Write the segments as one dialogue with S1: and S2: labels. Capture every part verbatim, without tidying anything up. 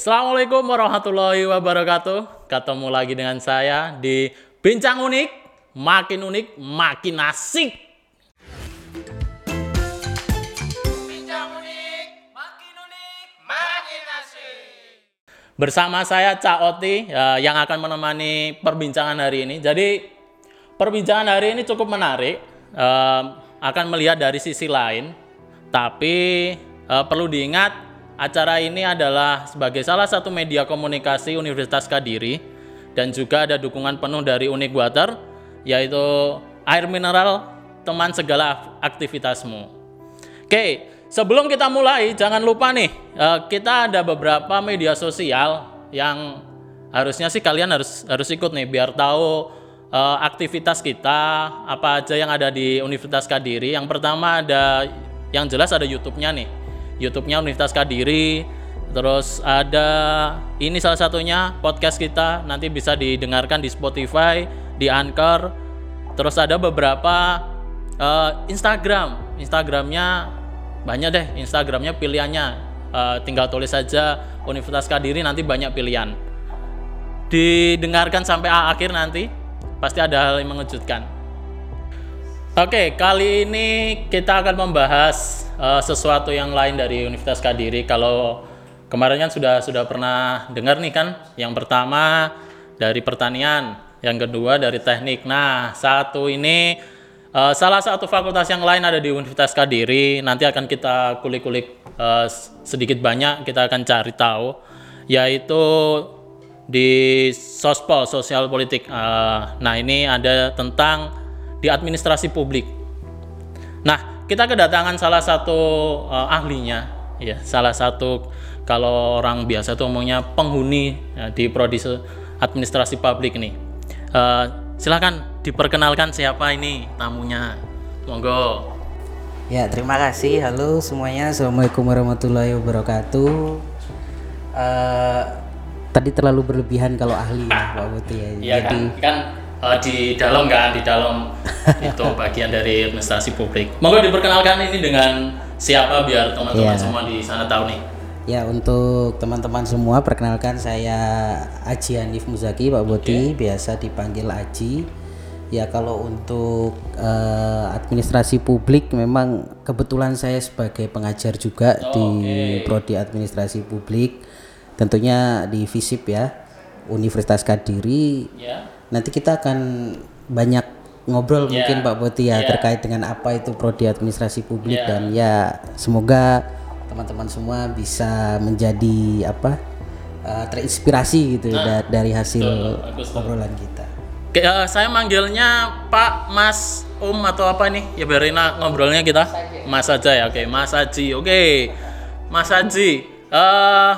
S1: Assalamualaikum warahmatullahi wabarakatuh. Ketemu lagi dengan saya di Bincang Unik, makin unik, makin asik. Bincang unik, makin unik, makin asik. Bersama saya Cak Oti ya, yang akan menemani perbincangan hari ini. Jadi perbincangan hari ini cukup menarik, eh, akan melihat dari sisi lain. Tapi eh, perlu diingat, acara ini adalah sebagai salah satu media komunikasi Universitas Kediri dan juga ada dukungan penuh dari Unique Water, yaitu air mineral teman segala aktivitasmu. Oke, sebelum kita mulai, jangan lupa nih, kita ada beberapa media sosial yang harusnya sih kalian harus harus ikut nih biar tahu aktivitas kita apa aja yang ada di Universitas Kediri. Yang pertama ada, yang jelas ada YouTube-nya nih. YouTube-nya Universitas Kediri, terus ada ini salah satunya podcast kita, nanti bisa didengarkan di Spotify, di Anchor, terus ada beberapa uh, Instagram, Instagramnya banyak deh, Instagramnya pilihannya, uh, tinggal tulis saja Universitas Kediri, nanti banyak pilihan. Didengarkan sampai akhir nanti, pasti ada hal yang mengejutkan. Oke, kali ini kita akan membahas uh, sesuatu yang lain dari Universitas Kediri. Kalau kemarin kan sudah sudah pernah dengar nih kan, yang pertama dari pertanian, yang kedua dari teknik. Nah, satu ini uh, salah satu fakultas yang lain ada di Universitas Kediri. Nanti akan kita kulik-kulik uh, sedikit banyak, kita akan cari tahu, yaitu di Sospol, Sosial Politik. Uh, nah, ini ada tentang di administrasi publik. Nah, kita kedatangan salah satu uh, ahlinya, ya, salah satu kalau orang biasa tuh ngomongnya penghuni ya, di prodi administrasi publik nih. Uh, silakan diperkenalkan siapa ini tamunya, monggo.
S2: Ya, terima kasih. Halo semuanya, assalamualaikum warahmatullahi wabarakatuh. Uh, tadi terlalu berlebihan kalau ahli ya, Pak Buti ya.
S1: Iya kan, kan Uh, di dalam kan, di dalam itu bagian dari administrasi publik. Monggo diperkenalkan ini dengan siapa biar teman-teman yeah. semua di sana tahu nih.
S2: Ya, untuk teman-teman semua perkenalkan saya Aji Hanif Muzaki, Pak Boti, okay. Biasa dipanggil Aji. Ya, kalau untuk uh, administrasi publik memang kebetulan saya sebagai pengajar juga oh, di okay. prodi administrasi publik. Tentunya di FISIP ya, Universitas Kediri. Yeah. Nanti kita akan banyak ngobrol yeah. mungkin Pak Boti ya yeah. terkait dengan apa itu prodi administrasi publik yeah. dan ya semoga teman-teman semua bisa menjadi apa uh, terinspirasi gitu nah, dari hasil betul, obrolan kita.
S1: Oke, uh, saya manggilnya Pak, Mas, Om atau apa nih? Ya biar enak ngobrolnya kita. Mas aja ya. Oke, Mas Haji. Oke. Mas Haji, uh,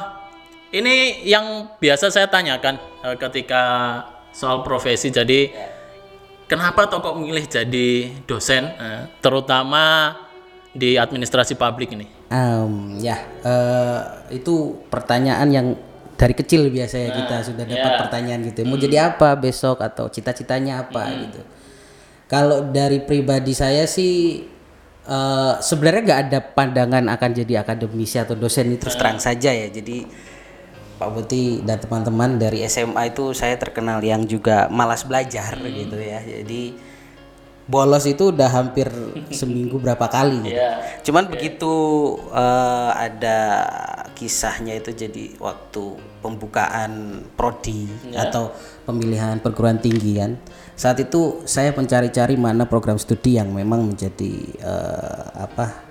S1: ini yang biasa saya tanyakan uh, ketika soal profesi. Jadi kenapa toh kok milih jadi dosen, eh, terutama di administrasi publik ini?
S2: Um, ya uh, itu pertanyaan yang dari kecil biasanya nah, kita sudah dapat yeah. pertanyaan gitu. Mau hmm. jadi apa besok atau cita-citanya apa hmm. gitu. Kalau dari pribadi saya sih uh, sebenarnya nggak ada pandangan akan jadi akademisi atau dosen itu terus terang saja ya. Jadi Pak Buti dan teman-teman dari S M A itu saya terkenal yang juga malas belajar hmm. gitu ya. Jadi bolos itu udah hampir seminggu berapa kali gitu. Yeah. Cuman yeah. begitu uh, ada kisahnya itu jadi waktu pembukaan prodi yeah. atau pemilihan perguruan tinggi kan. Saat itu saya mencari-cari mana program studi yang memang menjadi uh, apa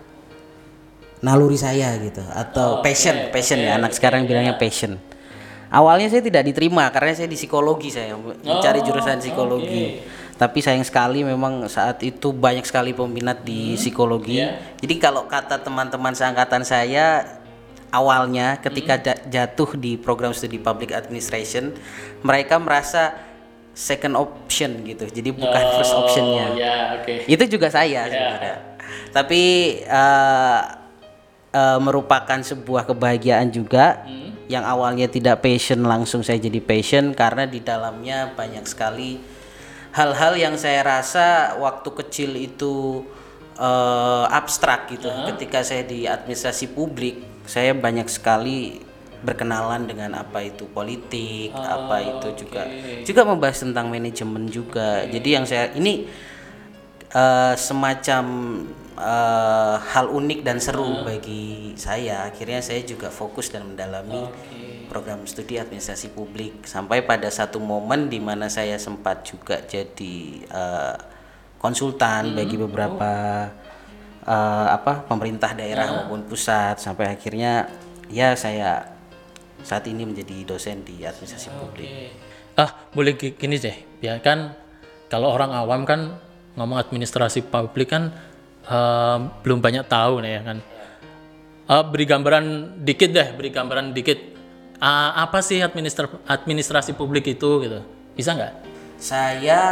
S2: naluri saya gitu atau oh, passion okay, passion okay, ya anak okay, sekarang okay, bilangnya yeah. passion. Awalnya saya tidak diterima karena saya di psikologi, saya mencari oh, jurusan psikologi. Okay. Tapi sayang sekali memang saat itu banyak sekali peminat di hmm, psikologi. Yeah. Jadi kalau kata teman-teman seangkatan saya awalnya ketika hmm. jatuh di program studi public administration, mereka merasa second option gitu. Jadi bukan oh, first optionnya. Yeah, okay. Itu juga saya yeah. sebenarnya. Tapi uh, Uh, merupakan sebuah kebahagiaan juga hmm. yang awalnya tidak passion langsung saya jadi passion karena di dalamnya banyak sekali hal-hal yang saya rasa waktu kecil itu uh, abstrak gitu. Uh-huh. Ketika saya di administrasi publik saya banyak sekali berkenalan dengan apa itu politik, oh, apa itu juga okay. juga membahas tentang manajemen juga. Okay. Jadi yang saya ini uh, semacam uh, hal unik dan seru uh. bagi saya. Akhirnya saya juga fokus dan mendalami okay. program studi administrasi publik sampai pada satu momen di mana saya sempat juga jadi uh, konsultan hmm. bagi beberapa oh. uh, apa pemerintah daerah uh. maupun pusat sampai akhirnya ya saya saat ini menjadi dosen di administrasi okay. publik.
S1: Ah, boleh gini deh, ya kan kalau orang awam kan ngomong administrasi publik kan uh, belum banyak tahu nih ya kan. Uh, beri gambaran dikit deh, beri gambaran dikit. Uh, apa sih administra- administrasi publik itu gitu? Bisa nggak?
S2: Saya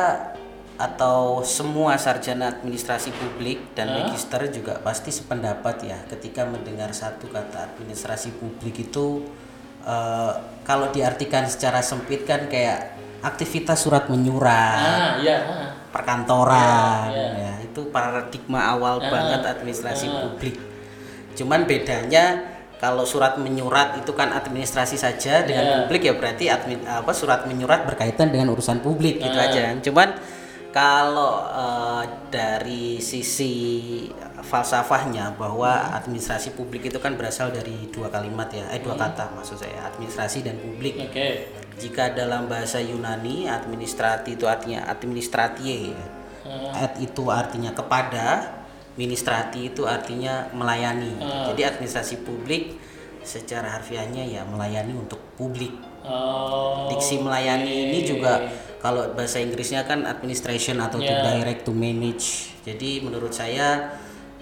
S2: atau semua sarjana administrasi publik dan huh? magister juga pasti sependapat ya ketika mendengar satu kata administrasi publik itu. Uh, kalau diartikan secara sempit kan kayak aktivitas surat menyurat, ah, iya. perkantoran, iya, iya. ya itu paradigma awal ah, banget administrasi ah. publik. Cuman bedanya kalau surat menyurat itu kan administrasi saja, dengan yeah. publik ya berarti admin, apa surat menyurat berkaitan dengan urusan publik ah. gitu aja. Cuman kalau uh, dari sisi falsafahnya bahwa administrasi publik itu kan berasal dari dua kalimat ya, eh dua kata maksud saya, administrasi dan publik. Okay. Jika dalam bahasa Yunani administrati itu artinya administratie, hmm. ad itu artinya kepada, ministrati itu artinya melayani. Hmm. Jadi administrasi publik secara harfiahnya ya melayani untuk publik. Oh, diksi melayani okay. ini juga kalau bahasa Inggrisnya kan administration atau yeah. to direct to manage. Jadi menurut saya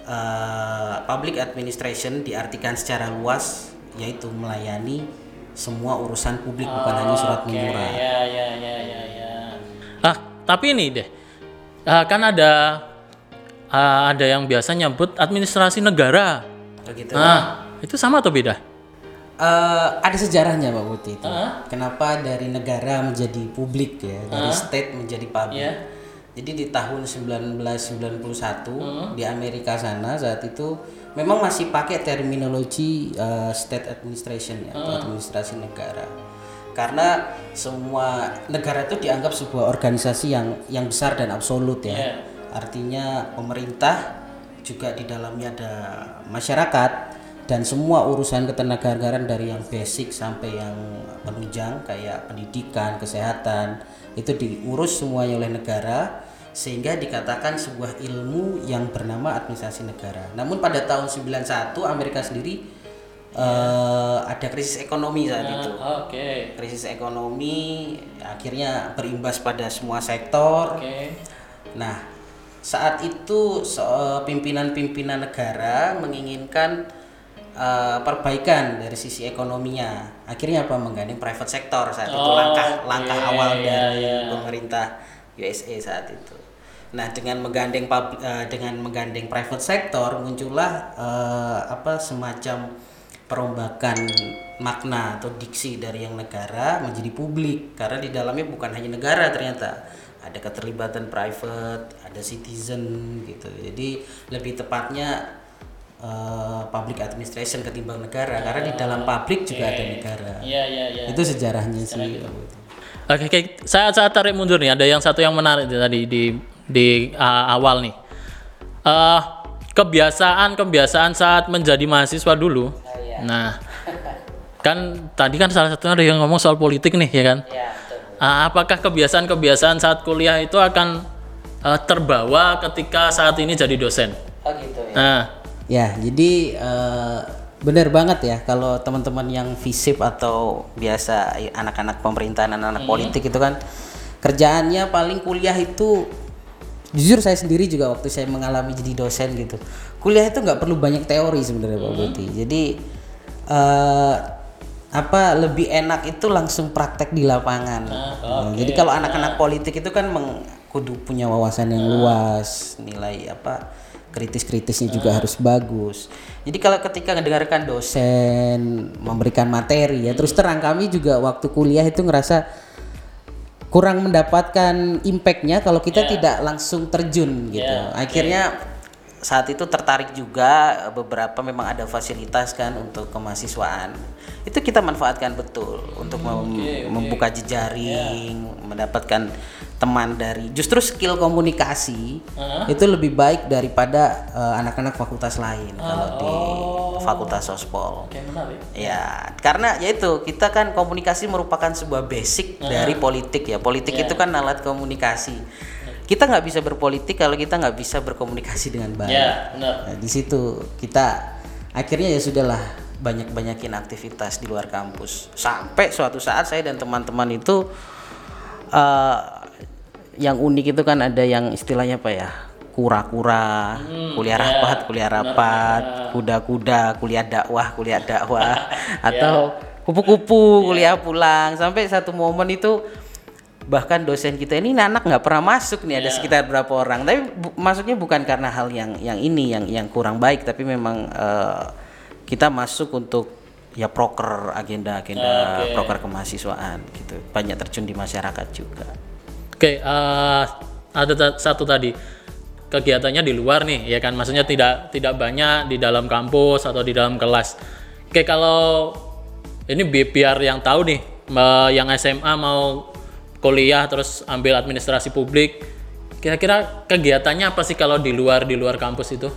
S2: uh, public administration diartikan secara luas yaitu melayani semua urusan publik oh, bukan hanya surat okay. menyurat.
S1: Ya ya ya ya ya. Ah, tapi ini deh. Uh, kan ada uh, ada yang biasa nyebut administrasi negara.
S2: Begitu.
S1: Nah, itu sama atau beda?
S2: Uh, ada sejarahnya Pak Putih itu. Uh-huh. Kenapa dari negara menjadi publik ya, dari uh-huh. state menjadi publik. Yeah. Jadi di tahun sembilan belas sembilan puluh satu uh-huh. di Amerika sana saat itu memang masih pakai terminologi uh, state administration ya, uh-huh. atau administrasi negara. Karena semua negara itu dianggap sebuah organisasi yang yang besar dan absolut ya. Yeah. Artinya pemerintah juga di dalamnya ada masyarakat. Dan semua urusan ketenagakerjaan dari yang basic sampai yang penunjang kayak pendidikan, kesehatan itu diurus semuanya oleh negara sehingga dikatakan sebuah ilmu yang bernama administrasi negara. Namun pada tahun sembilan puluh satu Amerika sendiri yeah. uh, ada krisis ekonomi saat uh, itu. Okay. Krisis ekonomi akhirnya berimbas pada semua sektor. Okay. Nah, saat itu so, pimpinan-pimpinan negara menginginkan Uh, perbaikan dari sisi ekonominya. Akhirnya apa menggandeng private sector saat oh, itu langkah langkah yeah, awal dari yeah, yeah. pemerintah U S A saat itu. Nah, dengan menggandeng pub, uh, dengan menggandeng private sector muncullah uh, apa semacam perombakan makna atau diksi dari yang negara menjadi publik karena di dalamnya bukan hanya negara ternyata ada keterlibatan private, ada citizen gitu. Jadi lebih tepatnya Uh, public administration ketimbang negara, karena di dalam publik juga okay. ada negara.
S1: Iya iya iya.
S2: Itu sejarahnya Sejarah sih.
S1: Gitu. Oke, okay, saya saya tarik mundur nih. Ada yang satu yang menarik tadi di di uh, awal nih. Uh, kebiasaan kebiasaan saat menjadi mahasiswa dulu. Oh, iya. Nah, kan tadi kan salah satunya ada yang ngomong soal politik nih, ya kan? Iya, betul. Uh, apakah kebiasaan-kebiasaan saat kuliah itu akan uh, terbawa ketika saat ini jadi dosen?
S2: Oh gitu ya.
S1: Nah,
S2: ya, jadi uh, benar banget ya kalau teman-teman yang visip atau biasa anak-anak pemerintahan, anak-anak hmm. politik itu kan kerjaannya paling kuliah itu, jujur saya sendiri juga waktu saya mengalami jadi dosen gitu, kuliah itu nggak perlu banyak teori sebenarnya hmm. Pak Boti. Jadi uh, apa lebih enak itu langsung praktek di lapangan. Nah, okay. nah, jadi kalau anak-anak politik itu kan meng, kudu punya wawasan yang nah. luas, nilai apa kritis-kritisnya juga hmm. harus bagus. Jadi kalau ketika mendengarkan dosen memberikan materi ya, hmm. terus terang kami juga waktu kuliah itu ngerasa kurang mendapatkan impact-nya kalau kita yeah. tidak langsung terjun gitu. Yeah. Akhirnya saat itu tertarik juga, beberapa memang ada fasilitas kan untuk kemahasiswaan. Itu kita manfaatkan betul untuk mem-
S1: okay, okay.
S2: membuka jejaring, yeah. mendapatkan teman dari justru skill komunikasi uh-huh. itu lebih baik daripada uh, anak-anak fakultas lain uh, kalau di oh. fakultas sospol.
S1: Okay, menarik.
S2: Ya, karena yaitu kita kan komunikasi merupakan sebuah basic uh-huh. dari politik ya. Politik yeah. itu kan alat komunikasi. Kita nggak bisa berpolitik kalau kita nggak bisa berkomunikasi dengan baik.
S1: Ya, benar.
S2: Nah, di situ kita akhirnya ya sudahlah banyak-banyakin aktivitas di luar kampus. Sampai suatu saat saya dan teman-teman itu uh, yang unik itu kan ada yang istilahnya apa ya? Kura-kura, hmm, kuliah ya, rapat, kuliah rapat, benar, kuda-kuda, kuliah dakwah, kuliah dakwah, atau ya. kupu-kupu, kuliah ya. pulang. Sampai satu momen itu bahkan dosen kita ini anak nggak pernah masuk nih, ada yeah. sekitar berapa orang, tapi bu- masuknya bukan karena hal yang yang ini yang yang kurang baik, tapi memang uh, kita masuk untuk ya proker agenda-agenda okay. proker kemahasiswaan gitu, banyak terjun di masyarakat juga.
S1: Oke, okay, uh, ada t- satu tadi kegiatannya di luar nih ya kan, maksudnya tidak tidak banyak di dalam kampus atau di dalam kelas. Oke, okay, kalau ini bi- biar yang tahu nih, uh, yang S M A mau kuliah terus ambil administrasi publik, kira-kira kegiatannya apa sih kalau di luar di luar kampus itu?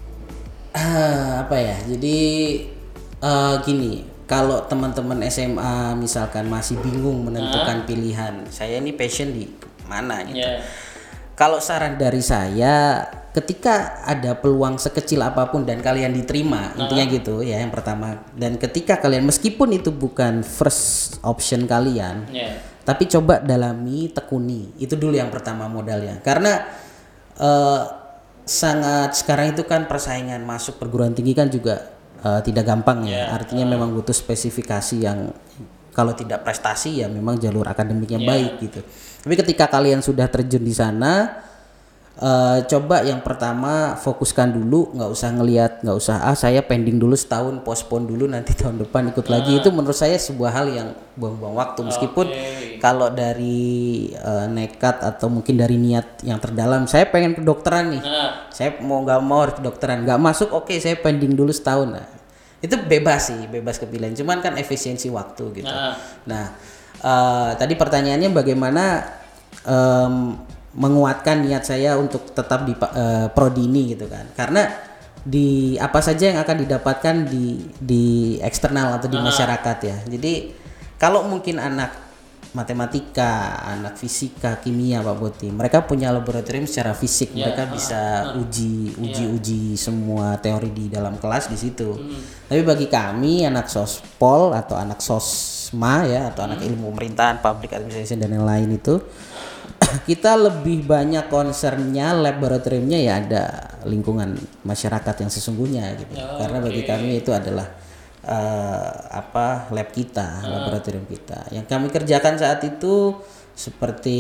S2: Uh, apa ya? Jadi uh, gini, kalau teman-teman S M A misalkan masih bingung menentukan uh. pilihan, saya ini passion di mana gitu. Yeah. Kalau saran dari saya, ketika ada peluang sekecil apapun dan kalian diterima, uh. intinya gitu ya yang pertama. Dan ketika kalian meskipun itu bukan first option kalian. Yeah. Tapi coba dalami, tekuni. Itu dulu yang pertama modalnya. Karena uh, sangat sekarang itu kan persaingan masuk perguruan tinggi kan juga uh, tidak gampang ya. Yeah. Artinya uh. memang butuh spesifikasi yang kalau tidak prestasi ya memang jalur akademiknya yeah. baik gitu. Tapi ketika kalian sudah terjun di sana, uh, coba yang pertama fokuskan dulu, nggak usah ngelihat, nggak usah ah saya pending dulu setahun, postpone dulu nanti tahun depan ikut uh. lagi. Itu menurut saya sebuah hal yang buang-buang waktu. Meskipun okay. kalau dari uh, nekat atau mungkin dari niat yang terdalam, saya pengen kedokteran nih, uh. saya mau nggak mau harus kedokteran, nggak masuk oke okay, saya pending dulu setahun. Nah, itu bebas sih, bebas kepilihan. Cuman kan efisiensi waktu gitu. Uh. Nah, uh, tadi pertanyaannya bagaimana um, menguatkan niat saya untuk tetap di uh, prodi ini gitu kan, karena di apa saja yang akan didapatkan di di eksternal atau di uh. masyarakat ya. Jadi kalau mungkin anak matematika, anak fisika, kimia, Pak Boti, mereka punya laboratorium secara fisik, yeah. mereka bisa uh. uji uji yeah. uji semua teori di dalam kelas di situ. Hmm. Tapi bagi kami anak sospol atau anak sosma ya atau hmm. anak ilmu pemerintahan, public administration dan yang lain itu kita lebih banyak concernnya laboratoriumnya ya ada lingkungan masyarakat yang sesungguhnya gitu. Oh, karena bagi okay. kami itu adalah uh, apa lab kita, uh. laboratorium kita. Yang kami kerjakan saat itu seperti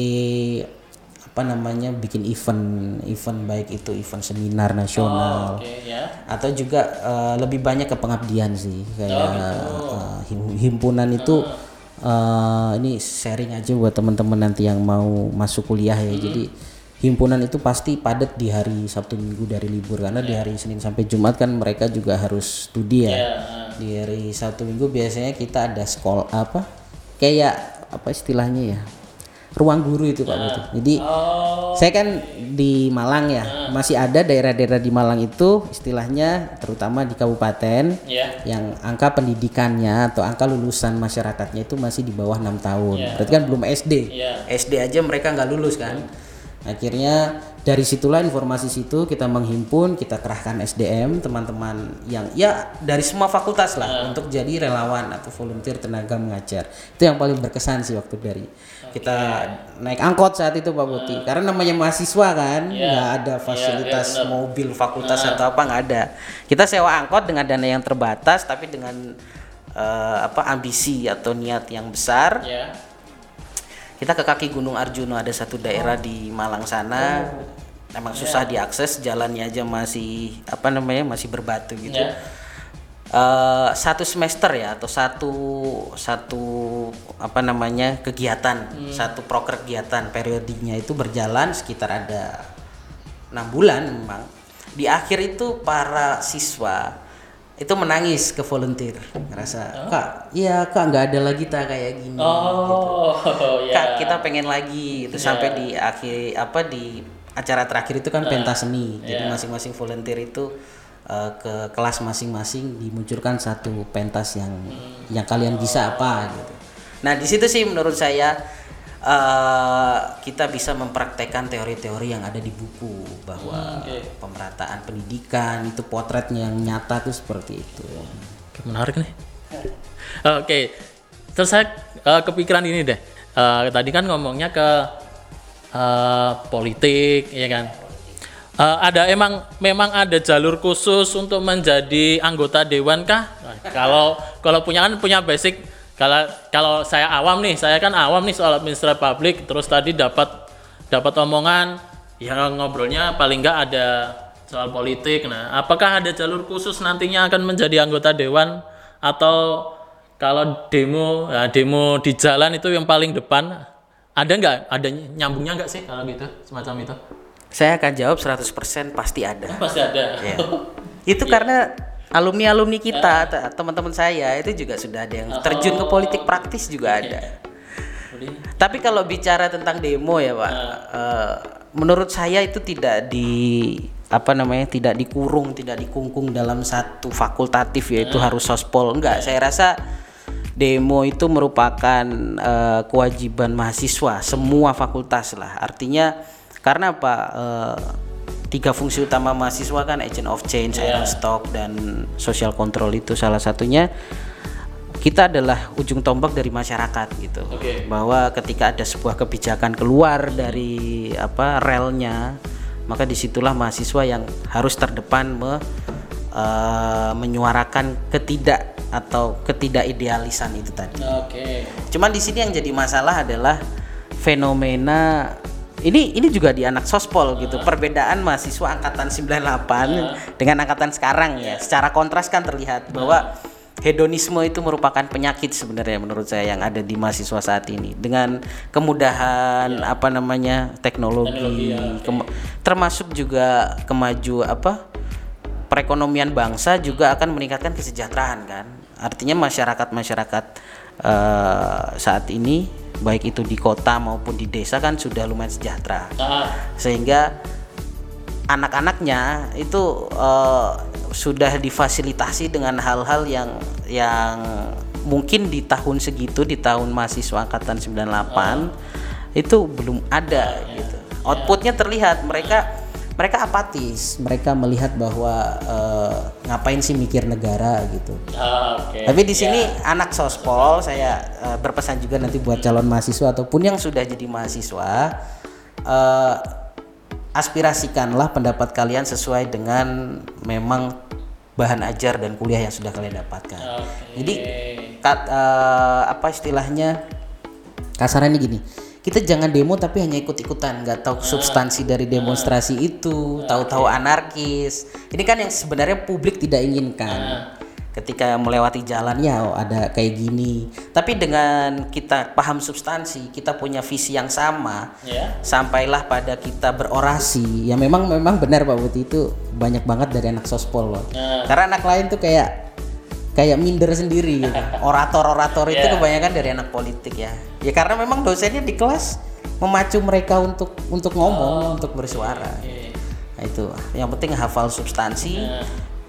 S2: apa namanya bikin event, event baik itu event seminar nasional, oh, okay, yeah. atau juga uh, lebih banyak ke pengabdian sih kayak oh, gitu. uh, himpunan itu. Uh. Uh, ini sharing aja buat teman-teman nanti yang mau masuk kuliah ya. Mm-hmm. Jadi himpunan itu pasti padat di hari Sabtu Minggu dari libur karena yeah. di hari Senin sampai Jumat kan mereka juga harus studi ya. Yeah. Di hari Sabtu Minggu biasanya kita ada sekolah apa kayak apa istilahnya ya ruang guru itu Pak Butuh. Jadi oh. saya kan di Malang ya, uh. masih ada daerah-daerah di Malang itu istilahnya terutama di kabupaten yeah. yang angka pendidikannya atau angka lulusan masyarakatnya itu masih di bawah enam tahun. Yeah. Berarti kan belum S D. Yeah. S D aja mereka nggak lulus kan. Akhirnya dari situlah informasi situ kita menghimpun, kita kerahkan S D M teman-teman yang ya dari semua fakultas lah uh. untuk jadi relawan atau volunteer tenaga mengajar. Itu yang paling berkesan sih waktu dari kita okay. naik angkot saat itu Pak Buti. Uh. Karena namanya mahasiswa kan, nggak yeah. ada fasilitas yeah, yeah, mobil fakultas uh. atau apa nggak ada. Kita sewa angkot dengan dana yang terbatas tapi dengan uh, apa ambisi atau niat yang besar. Yeah. Kita ke kaki Gunung Arjuna, ada satu daerah oh. di Malang sana. Oh. Emang susah yeah. diakses, jalannya aja masih apa namanya masih berbatu gitu. Yeah. Uh, satu semester ya atau satu satu apa namanya kegiatan, hmm. satu proker kegiatan periodiknya itu berjalan sekitar ada enam bulan memang. di akhir itu para siswa itu menangis ke volunteer, ngerasa kak, iya kak nggak ada lagi tak kayak gini,
S1: Oh,
S2: gitu.
S1: ya.
S2: Kak kita pengen lagi, itu
S1: Ya.
S2: sampai di akhir apa di acara terakhir itu kan pentas seni, jadi
S1: ya.
S2: masing-masing volunteer itu uh, ke kelas masing-masing dimunculkan satu pentas yang
S1: Hmm.
S2: yang kalian bisa apa gitu. Nah di situ sih menurut saya uh, kita bisa mempraktekkan teori-teori yang ada di buku bahwa
S1: Hmm, okay.
S2: pemerataan pendidikan itu potretnya yang nyata tuh seperti itu.
S1: Oke, menarik nih. Oke, terus saya uh, kepikiran ini deh. Uh, tadi kan ngomongnya ke uh, politik, ya kan. Uh, ada emang memang ada jalur khusus untuk menjadi anggota dewan kah? Nah, kalau kalau punya kan punya basic. Kalau kalau saya awam nih, saya kan awam nih soal administrasi publik. Terus tadi dapat dapat omongan, ya ngobrolnya paling nggak ada soal politik. Nah, apakah ada jalur khusus nantinya akan menjadi anggota dewan atau kalau demo, ya demo di jalan itu yang paling depan? Ada nggak? Ada nyambungnya nggak sih kalau gitu, semacam itu?
S2: Saya akan jawab seratus persen pasti ada.
S1: Pasti ada.
S2: Ya. Itu karena alumni-alumni kita, te- teman-teman saya itu juga sudah ada yang terjun ke politik praktis juga ada. Tapi kalau bicara tentang demo ya Pak, eh, menurut saya itu tidak di apa namanya tidak dikurung, tidak dikungkung dalam satu fakultatif yaitu harus sospol. Enggak, saya rasa demo itu merupakan eh, kewajiban mahasiswa semua fakultas lah. Artinya karena apa? Eh, tiga fungsi utama mahasiswa kan agent of change,
S1: Yeah.
S2: iron stock dan social control itu salah satunya. Kita adalah ujung tombak dari masyarakat gitu.
S1: Oke.
S2: Bahwa ketika ada sebuah kebijakan keluar dari apa relnya, maka disitulah mahasiswa yang harus terdepan me, uh, menyuarakan ketidak atau ketidakidealisan itu tadi.
S1: Oke.
S2: Cuman di sini yang jadi masalah adalah fenomena ini ini juga di anak sospol gitu. Perbedaan mahasiswa angkatan sembilan puluh delapan dengan angkatan sekarang ya. Secara kontras kan terlihat bahwa hedonisme itu merupakan penyakit sebenarnya menurut saya yang ada di mahasiswa saat ini. Dengan kemudahan apa namanya teknologi,
S1: Teknologi, ya, oke.
S2: kema- termasuk juga kemaju apa perekonomian bangsa juga akan meningkatkan kesejahteraan kan. Artinya masyarakat-masyarakat eh, saat ini baik itu di kota maupun di desa kan sudah lumayan sejahtera.
S1: Ah,
S2: Sehingga anak-anaknya itu eh, sudah difasilitasi dengan hal-hal yang yang mungkin di tahun segitu, di tahun mahasiswa angkatan sembilan puluh delapan itu belum ada gitu. Outputnya terlihat mereka mereka apatis, mereka melihat bahwa eh, ngapain sih mikir negara gitu.
S1: ah, oke.
S2: Tapi di sini anak sospol saya eh, berpesan juga nanti buat calon mahasiswa ataupun yang sudah jadi mahasiswa, eh, aspirasikanlah pendapat kalian sesuai dengan memang bahan ajar dan kuliah yang sudah kalian dapatkan.
S1: Oke.
S2: Jadi kat, eh, apa istilahnya kasarannya gini, kita jangan demo tapi hanya ikut-ikutan, nggak tahu substansi dari demonstrasi itu, tahu-tahu anarkis. Ini kan yang sebenarnya publik tidak inginkan. Ketika melewati jalan ya oh, ada kayak gini. Tapi dengan kita paham substansi, kita punya visi yang sama,
S1: Ya.
S2: sampailah pada kita berorasi. Ya memang memang benar Pak Putih itu banyak banget dari anak sospol loh.
S1: Nah.
S2: Karena anak lain tuh kayak kayak minder sendiri gitu. Orator-orator itu
S1: Yeah.
S2: kebanyakan dari anak politik ya. Ya karena memang dosennya di kelas memacu mereka untuk untuk ngomong, untuk bersuara.
S1: Oke.
S2: Nah itu, yang penting hafal substansi.
S1: Nah.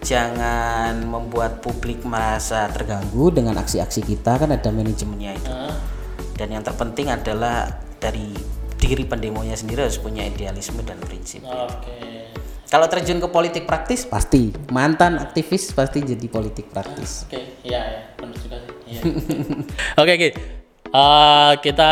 S2: Jangan membuat publik merasa terganggu dengan aksi-aksi kita, kan ada manajemennya itu.
S1: Ah,
S2: Dan yang terpenting adalah dari diri pendemonya sendiri harus punya idealisme dan prinsip.
S1: Oke.
S2: Kalau terjun ke politik praktis pasti mantan aktivis pasti jadi politik praktis.
S1: Oke, iya ya, benar juga sih. Iya. Oke, oke. Eh, kita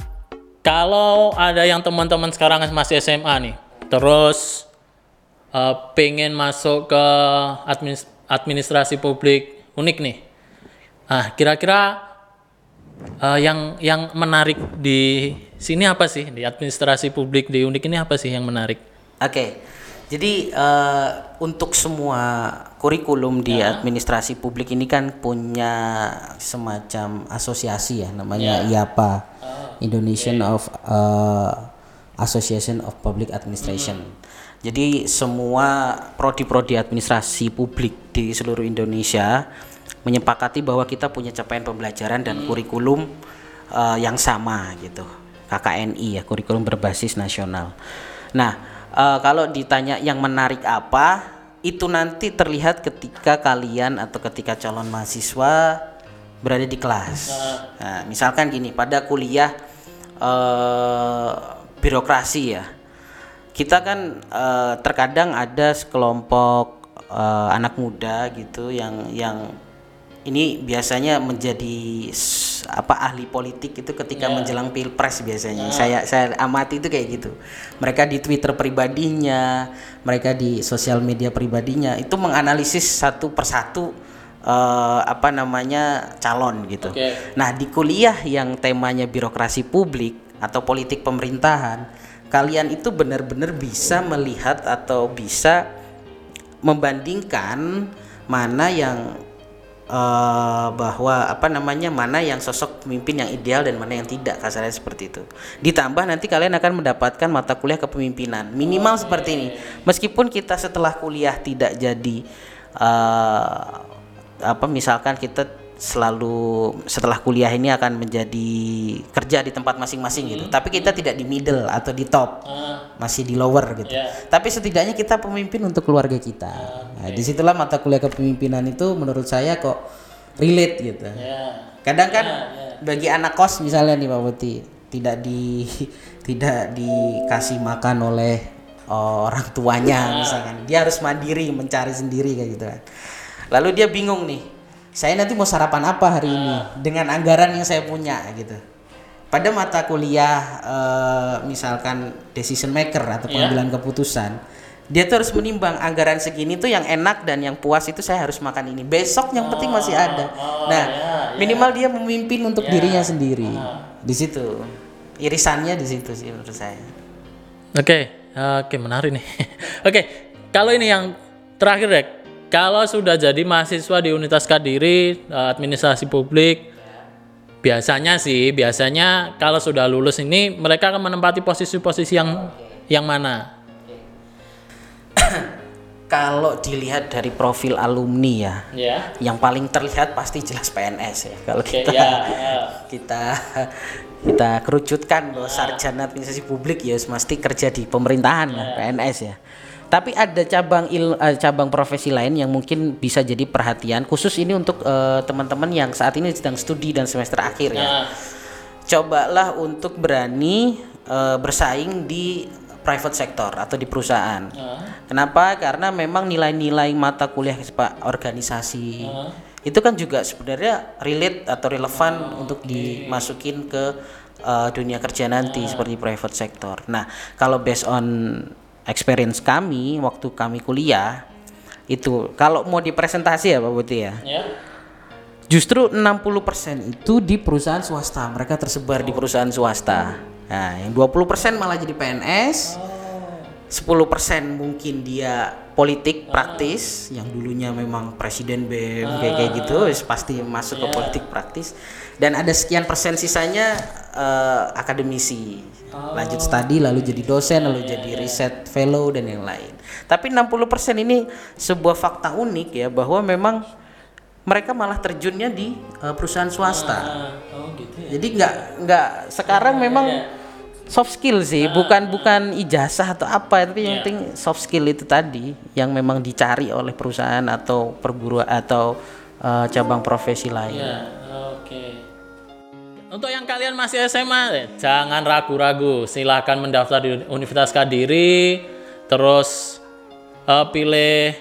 S1: kalau ada yang teman-teman sekarang masih S M A nih, terus eh, pengen masuk ke administ- administrasi publik unik nih. Ah, kira-kira eh, yang yang menarik di sini apa sih, di administrasi publik di unik ini apa sih yang menarik?
S2: Oke. Jadi eh, untuk semua kurikulum di administrasi publik ini kan punya semacam asosiasi ya namanya I A P A, Indonesian of eh, Association of Public Administration. Jadi semua prodi-prodi administrasi publik di seluruh Indonesia menyepakati bahwa kita punya capaian pembelajaran dan kurikulum uh, yang sama gitu. K K N I ya, kurikulum berbasis nasional. Nah, uh, kalau ditanya yang menarik apa, itu nanti terlihat ketika kalian atau ketika calon mahasiswa berada di kelas. Nah, misalkan gini, pada kuliah uh, birokrasi ya, kita kan uh, terkadang ada sekelompok uh, anak muda gitu yang yang ini biasanya menjadi apa ahli politik itu ketika yeah. menjelang pilpres biasanya. Yeah. Saya saya amati itu kayak gitu. Mereka di Twitter pribadinya, mereka di sosial media pribadinya itu menganalisis satu persatu uh, apa namanya calon gitu. Okay. Nah, di kuliah yang temanya birokrasi publik atau politik pemerintahan, kalian itu benar-benar bisa melihat atau bisa membandingkan mana yang uh, bahwa apa namanya mana yang sosok pemimpin yang ideal dan mana yang tidak, kasarnya seperti itu. Ditambah nanti kalian akan mendapatkan mata kuliah kepemimpinan minimal okay. seperti ini. Meskipun kita setelah kuliah tidak jadi uh, apa misalkan kita selalu setelah kuliah ini akan menjadi kerja di tempat masing-masing hmm. gitu. Tapi kita tidak di middle atau di top, uh. masih di lower gitu. Yeah. Tapi setidaknya kita pemimpin untuk keluarga kita. Uh, okay. Nah, disitulah mata kuliah kepemimpinan itu menurut saya kok relate gitu. Yeah. Kadang kan yeah, yeah. bagi anak kos misalnya nih Pak Putih tidak di tidak dikasih makan oleh oh, orang tuanya uh. misalkan, dia harus mandiri mencari sendiri kayak gitu kan. Lalu dia bingung nih, saya nanti mau sarapan apa hari ini dengan anggaran yang saya punya gitu. Pada mata kuliah uh, misalkan decision maker atau pengambilan yeah. keputusan, dia tuh harus menimbang anggaran segini tuh yang enak dan yang puas itu saya harus makan ini. Besok yang penting masih ada.
S1: Oh,
S2: nah,
S1: yeah,
S2: minimal yeah. dia memimpin untuk yeah. dirinya sendiri.
S1: Uh.
S2: Di situ irisannya di situ sih menurut saya.
S1: Oke, okay. oke okay, menarik nih. Oke, okay. Kalau ini yang terakhir Rek. Kalau sudah jadi mahasiswa di Universitas Kediri, administrasi publik, biasanya sih, biasanya kalau sudah lulus ini mereka akan menempati posisi-posisi yang okay. yang mana?
S2: Okay. Kalau dilihat dari profil alumni ya, yeah. yang paling terlihat pasti jelas P N S ya. Kalau okay, kita yeah, yeah. kita kita kerucutkan bahwa sarjana administrasi publik ya mesti kerja di pemerintahan yeah. lah, P N S ya. Tapi ada cabang il, uh, cabang profesi lain yang mungkin bisa jadi perhatian khusus ini untuk uh, teman-teman yang saat ini sedang studi dan semester akhir ya. Nah. Cobalah untuk berani uh, bersaing di private sector atau di perusahaan. Nah. Kenapa? Karena memang nilai-nilai mata kuliah organisasi nah. itu kan juga sebenarnya relate atau relevan nah, untuk okay. dimasukin ke uh, dunia kerja nanti nah. seperti private sector. Nah, kalau based on experience kami waktu kami kuliah itu kalau mau dipresentasi ya Pak Putih ya, yeah. justru enam puluh persen itu di perusahaan swasta, mereka tersebar oh. di perusahaan swasta. Nah, yang dua puluh persen malah jadi P N S, oh. sepuluh persen mungkin dia politik praktis, oh. yang dulunya memang presiden B E M oh. kayak kayak gitu, pasti masuk yeah. ke politik praktis, dan ada sekian persen sisanya uh, akademisi. Oh. Lanjut studi lalu jadi dosen lalu yeah, jadi yeah. riset fellow dan yang lain. Tapi enam puluh persen ini sebuah fakta unik ya bahwa memang mereka malah terjunnya di uh, perusahaan swasta. Ah, oh gitu ya. Jadi nggak nggak sekarang yeah, memang yeah. soft skill sih, ah, bukan bukan ijazah atau apa, tapi yang yeah. penting soft skill itu tadi yang memang dicari oleh perusahaan atau perguruan atau uh, cabang profesi lain.
S1: Yeah, oke. Okay. Untuk yang kalian masih S M A, eh, jangan ragu-ragu, silahkan mendaftar di Universitas Kediri, terus uh, pilih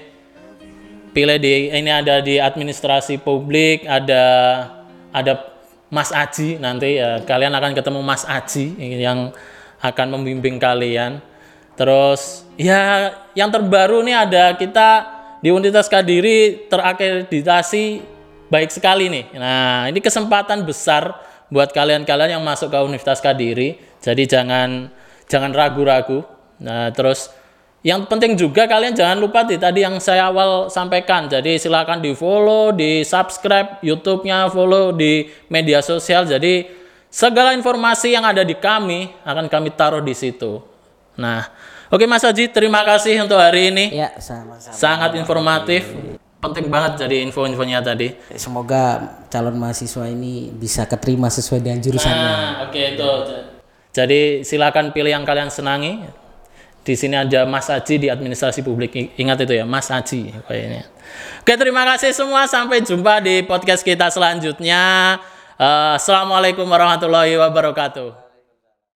S1: pilih di ini ada di administrasi publik, ada ada Mas Aji nanti ya, kalian akan ketemu Mas Aji yang akan membimbing kalian. Terus ya yang terbaru nih ada kita di Universitas Kediri terakreditasi baik sekali nih. Nah, ini kesempatan besar buat kalian-kalian yang masuk ke Universitas Kediri, jadi jangan jangan ragu-ragu. Nah, terus yang penting juga kalian jangan lupa di tadi yang saya awal sampaikan. Jadi silakan di follow, di subscribe YouTube-nya, follow di media sosial. Jadi segala informasi yang ada di kami akan kami taruh di situ. Nah, Oke Mas Haji, terima kasih untuk hari ini.
S2: Ya, sama-sama.
S1: Sangat informatif. Penting banget jadi info-infonya tadi.
S2: Semoga calon mahasiswa ini bisa keterima sesuai dengan jurusannya.
S1: Nah, oke itu. Jadi silakan pilih yang kalian senangi. Di sini ada Mas Haji di administrasi publik. Ingat itu ya, Mas Haji kayaknya. Oke, terima kasih semua. Sampai jumpa di podcast kita selanjutnya. Uh, Assalamualaikum warahmatullahi wabarakatuh.